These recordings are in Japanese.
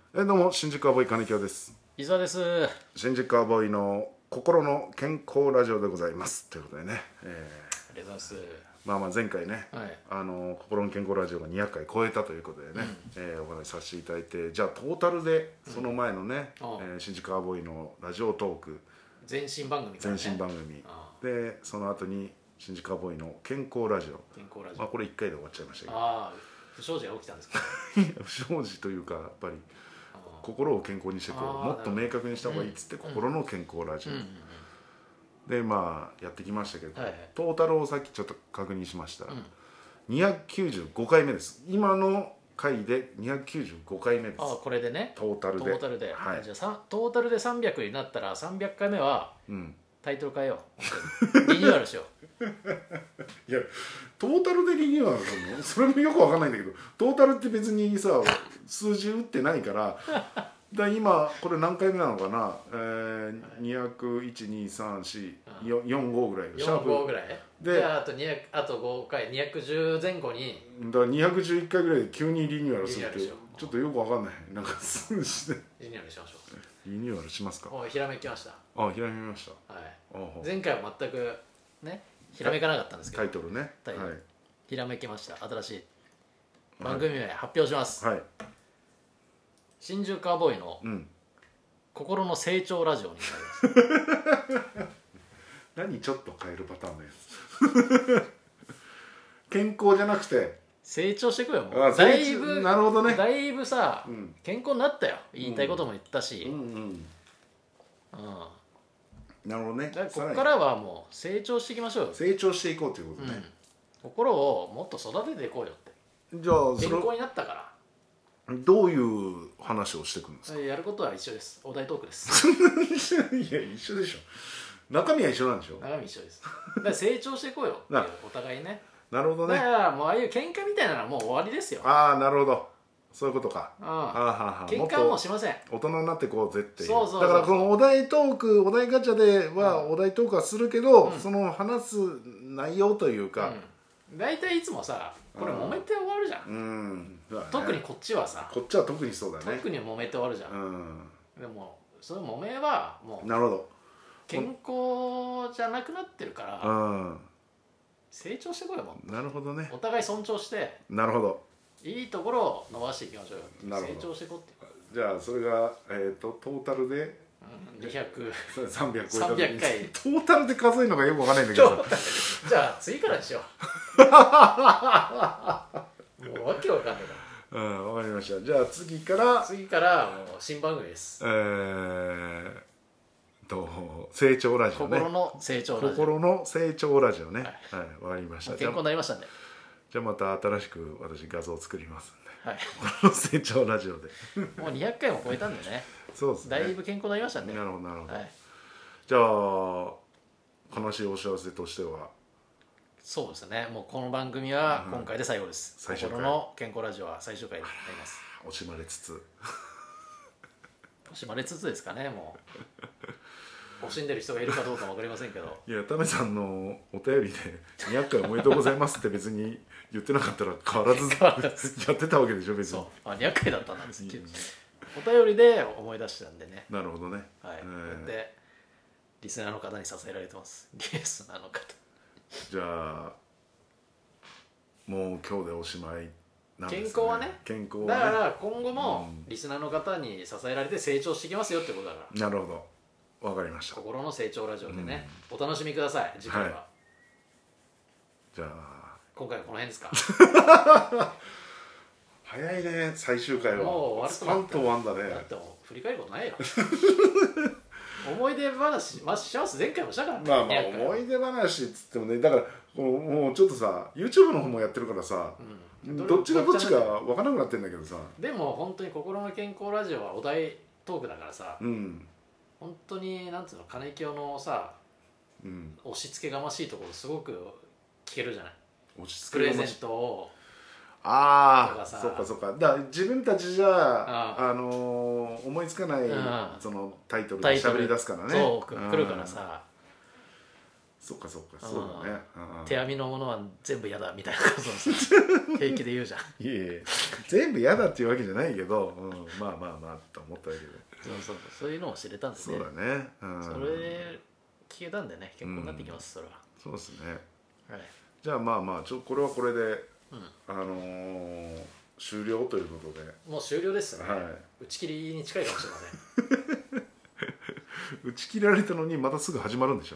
どうも新宿アボーイ金城です。 伊沢です。 新宿アボーイの心の健康ラジオでございますということでね、 ありがとうございます。 前回ね、 はい、 心の健康ラジオが200回超えたということでね、お話しさせていただいて、じゃあトータルでその前のね、新宿アボーイのラジオトーク前身番組からね、 前身番組で、その後に新宿アボーイの健康ラジオ、これ1回で終わっちゃいましたけど、 不祥事が起きたんですか？ 不祥事というか、やっぱり心を健康にしてもっと明確にした方がいいっつって、心の健康ラジオでやってきましたけど、トータルをさっきちょっと確認しましたら、295回目です。今の回で295回目です。 これでね、 トータルで、 はい、じゃあトータルで300になったら300回目は、タイトル変えよう。リニューアルしよう。 いや、トータルでリニューアルするの？それもよくわかんないんだけど、トータルって別にさ、数字打ってないから今これ何回目なのかな、201234445ぐらい、 シャープ45ぐらいで、じゃああと5回210前後に、 だから211回ぐらいで急にリニューアルするってちょっとよくわかんない、なんか数字でリニューアルしましょう。 リニューアルしますか？ ひらめきました。 ひらめきました。 はい、前回は全くねひらめかなかったんですけど、 タイトルね、 ひらめきました。新しい番組名発表します。新宿カーボーイの心の成長ラジオになります。 何ちょっと変えるパターンのやつ健康じゃなくて成長していくよ。もうだいぶ、 なるほどね、 だいぶさ、健康になったよ。言いたいことも言ったし、 なるほどね。 ここからはもう成長していきましょうよ。 成長していこうということね、 心をもっと育てていこうよって。 じゃあ健康になったからどういう話をしていくんですか？ やることは一緒です。お題トークです。 いや、一緒でしょ。中身は一緒なんでしょ？ 中身一緒です。だから成長していこうよっていう、お互いね。 なるほどね。 だからもうああいう喧嘩みたいなのはもう終わりですよ。 なるほど、そういうことか。 喧嘩はもうしません。 大人になってこうぜっていう。 そうだからこのお題トーク、お題ガチャではお題トークはするけど、その話す内容というか、 大体いつもさ、これ揉めて終わるじゃん。特にこっちはさ、 こっちは特にそうだね。 特に揉めて終わるじゃん。でもその揉めはもうなるほど、 健康じゃなくなってるから、成長してこいよ。もうなるほどね。 お互い尊重して、 なるほど、 いいところを伸ばしていきましょうよ。成長していこうっていう。 じゃあそれがトータルで 200、 300 300回トータルで数えるのがよくわかんないんだけどじゃあ次からにしよう。もうわけわかんないから。 わかりました。じゃあ次からもう新番組です。 成長ラジオね。 心の成長ラジオ。 心の成長ラジオね。わかりました。 健康になりましたんで。 じゃあまた新しく私画像を作りますんで。 心の成長ラジオで。 もう200回も超えたんでね。 そうですね。 だいぶ健康になりましたんで。 なるほどなるほど。じゃあ悲しいお知らせとしては。 そうですね。もうこの番組は今回で最後です。心の健康ラジオは最終回になります。 惜しまれつつ。 惜しまれつつですかね。もう惜しんでる人がいるかどうか分かりませんけど。 いや、タメさんのお便りで200回おめでとうございますって別に言ってなかったら変わらずやってたわけでしょ別に。 そう、200回だったんですけど、お便りで思い出したんでね。 なるほどね。 でリスナーの方に支えられてます。リスナーの方。 じゃあもう今日でおしまいなんですね。 健康はね。 健康はね。 だから今後もリスナーの方に支えられて成長していきますよってことだから。 なるほど、わかりました。 心の成長ラジオでね、お楽しみください。次回は、 じゃあ今回はこの辺ですか？ 早いね、最終回はもう終わるとスパンと終わんだね。 だってもう振り返ることないよ。思い出話します前回もしたからね。思い出話っつってもね、だからもうちょっとさ YouTube の方もやってるからさ、どっちがどっちか分からなくなってんだけどさ。 でも本当に心の健康ラジオはお題トークだからさ、本当になんつうの、金清のさ、押し付けがましいところすごく聞けるじゃない。プレゼントをそうかそうか。だから自分たちじゃ思いつかないそのタイトルで喋り出すからね。 そう来るからさ、 そっかそっか、そうだね。 手編みのものは全部嫌だみたいなことを平気で言うじゃん。 いえいえ、全部嫌だっていうわけじゃないけど、まあまあまあと思ったわけで。 そういうのを知れたんですね。 そうだね。 それ聞けたんでね、結構になってきます、それは。 そうですね。 はい。 じゃあまあまあこれはこれで終了ということで。 もう終了ですね。打ち切りに近いかもしれません。 打ち切られたのにまたすぐ始まるんでしょ。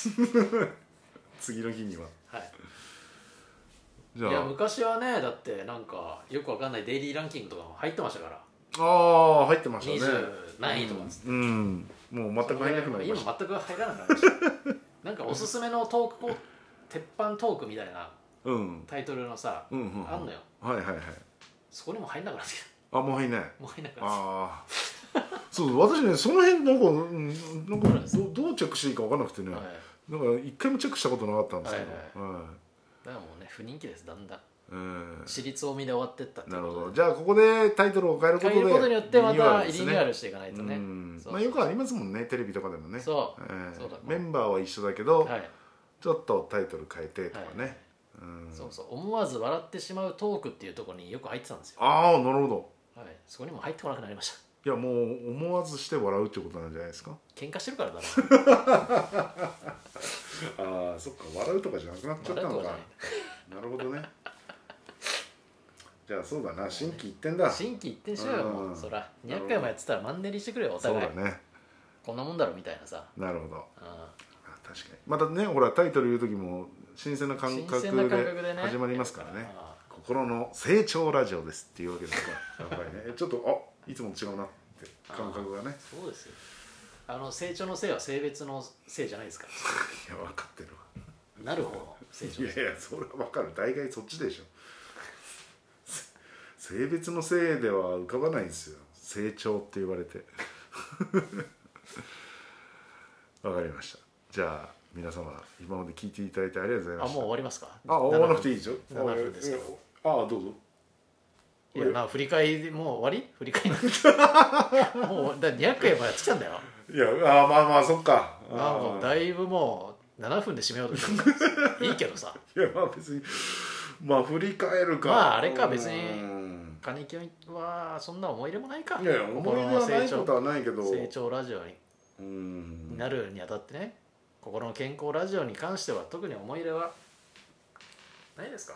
次の日には。はい。 じゃあ、いや昔はね、だってなんかよくわかんないデイリーランキングとかも入ってましたから。 ああ、入ってましたね。 20何位とかっつって、 もう全く入らなくなりました。 今全く入らなくなりましたなんかおすすめのトーク鉄板トークみたいなタイトルのさ、あんのよ。 はいはいはい。 そこにも入んなくなってきた。あ、もう入んない。 もう入んなくなってきた。ああ。そう私ね、その辺なんかどうチェックしていいか分からなくてね、なんか一回もチェックしたことなかったんですけど、だからもうね不人気です、だんだん。私立大見で終わってったっていう。 なるほど。じゃあここでタイトルを変えることで、 変えることによってまたリニューアルしていかないとね。 まあよくありますもんね、テレビとかでもね。 そうメンバーは一緒だけどちょっとタイトル変えてとかね。 そうそう、思わず笑ってしまうトークっていうところによく入ってたんですよ。 ああ、なるほど。 そこにも入ってこなくなりました。 いや、もう思わずして笑うってことなんじゃないですか。 喧嘩してるからだな。ああ、そっか、笑うとかじゃなくなっちゃったのか。なるほどね。じゃあそうだな、心機一転だ。 心機一転しようよ、もう。そら200回もやってたらマンネリしてくれよ、お互い。 そうだね。 こんなもんだろみたいなさ。 なるほど。確かに。またね、ほらタイトル言う時も新鮮な感覚で始まりますからね。心の成長ラジオですっていうわけですから、やっぱりね、ちょっといつも違うなって感覚がね。 そうですよ。成長のせいは性別のせいじゃないですか。 いや、分かってるわ。 なるほど、成長。 いやいや、それは分かる。大概そっちでしょ。性別のせいでは浮かばないんですよ、成長って言われて。わかりました。じゃあ皆様今まで聞いていただいてありがとうございました。 もう終わりますか。 終わらなくていいですよ。 7分ですけど。 どうぞ。 いや、振り返りもう終わり？振り返りもう200回もやってきたんだよ。 いや、まあまあ、そっか。 もうだいぶもう7分で締めようとしてる。いいけどさ。 いや、まあ別にまあ振り返るか。 まああれか、別に金木はそんな思い入れもないか。 いやいや、思い入れはないことはないけど、 成長ラジオになるにあたってね、心の健康ラジオに関しては特に思い入れはないですか。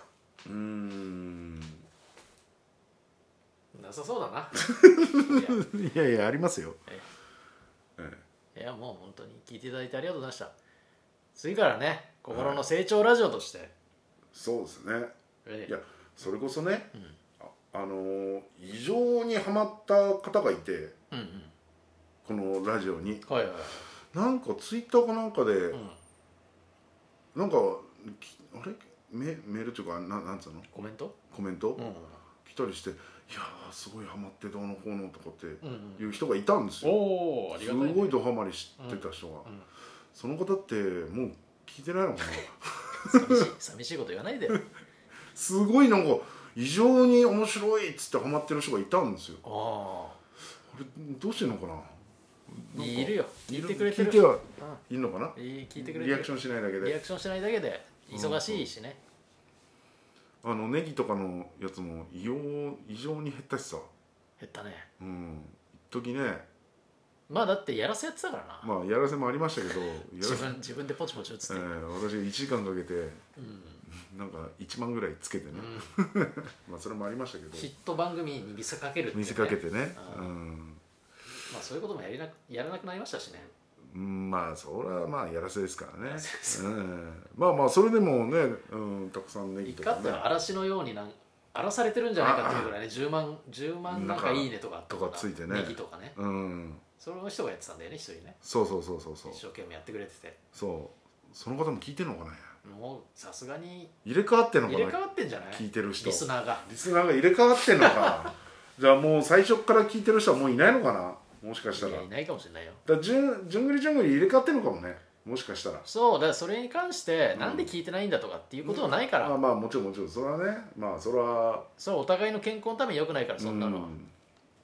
なさそうだな。 いやいや、ありますよ。 いや、もう本当に聞いていただいてありがとうございました。次からね、心の成長ラジオとして、 そうですね。いや、それこそね、異常にハマった方がいて、このラジオに、なんかツイッターかなんかで、なんかあれメールっていうか、なんつうの、 コメント来たりして、いやーすごいハマってどうのこうのとかっていう人がいたんですよ。すごいドハマりしてた人が。その方ってもう聞いてないのかな。寂しいこと言わないで。 すごいなんか異常に面白いっつってハマってる人がいたんですよ。あれどうしてんのかな。 いるよ、聞いてくれてる。 聞いてはいるのかな。 聞いてくれてる。 リアクションしないだけで。 リアクションしないだけで忙しいしね。 ネギとかのやつも異常に減ったしさ。 減ったね。 一時ね。 まあだってやらせやってたからな。 まあやらせもありましたけど、 自分でポチポチ打つって。 私が1時間かけて、なんか1万ぐらいつけてね。まあそれもありましたけど。 ヒット番組に見せかけるってね。 見せかけてね。 まあそういうこともやらなくなりましたしね。 まあそれはまあやらせですからね。まあまあそれでもね、たくさんネギとかね。 一回って嵐のように荒らされてるんじゃないかっていうぐらいね、10万なんかいいねとかついてね、 ネギとかね。その人がやってたんだよね、一人ね。 そう一生懸命やってくれてて。 その方も聞いてんのかな。 もうさすがに入れ替わってんのかな。 入れ替わってんじゃない。 聞いてる人、 リスナーが入れ替わってんのか。じゃあもう最初から聞いてる人はもういないのかな。もしかしたらいないかもしれないよ。 だからじゅんぐり入れ替わってんのかもね、もしかしたら。 そうだから、それに関してなんで聞いてないんだとかっていうことはないから。 まあもちろんそれはね、まあそれはそう、お互いの健康のために良くないから、そんなの。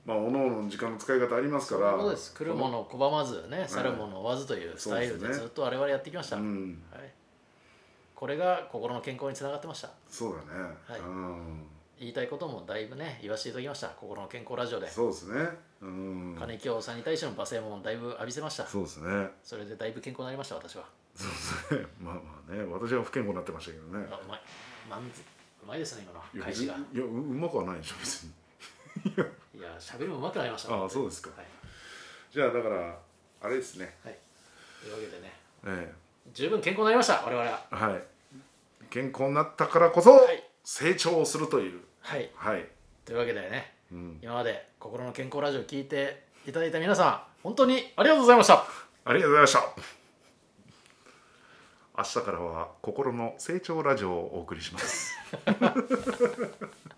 まあおのおの時間の使い方ありますから。 そうです。来るものを拒まずね、去るものを追わずというスタイルでずっと我々やってきました。はい、これが心の健康につながってました。 そうだね。 はい。言いたいこともだいぶね言わせていただきました。心の健康ラジオで。 そうですね。 金京さんに対しての罵声もだいぶ浴びせました。 そうですね。 それでだいぶ健康になりました私は。 そうですね。まあまあね、私は不健康になってましたけどね。 うまい。うまいですね今の返しが。 いやうまくはないでしょ別に。 いや喋りもうまくなりました。 ああそうですか。じゃあだからあれですね。 はい。というわけでね。十分健康になりました我々は。 はい。健康になったからこそ成長をするという。 はい。はい。というわけでね。今まで心の健康ラジオを聞いていただいた皆さん本当にありがとうございました。 ありがとうございました。明日からは心の成長ラジオをお送りします。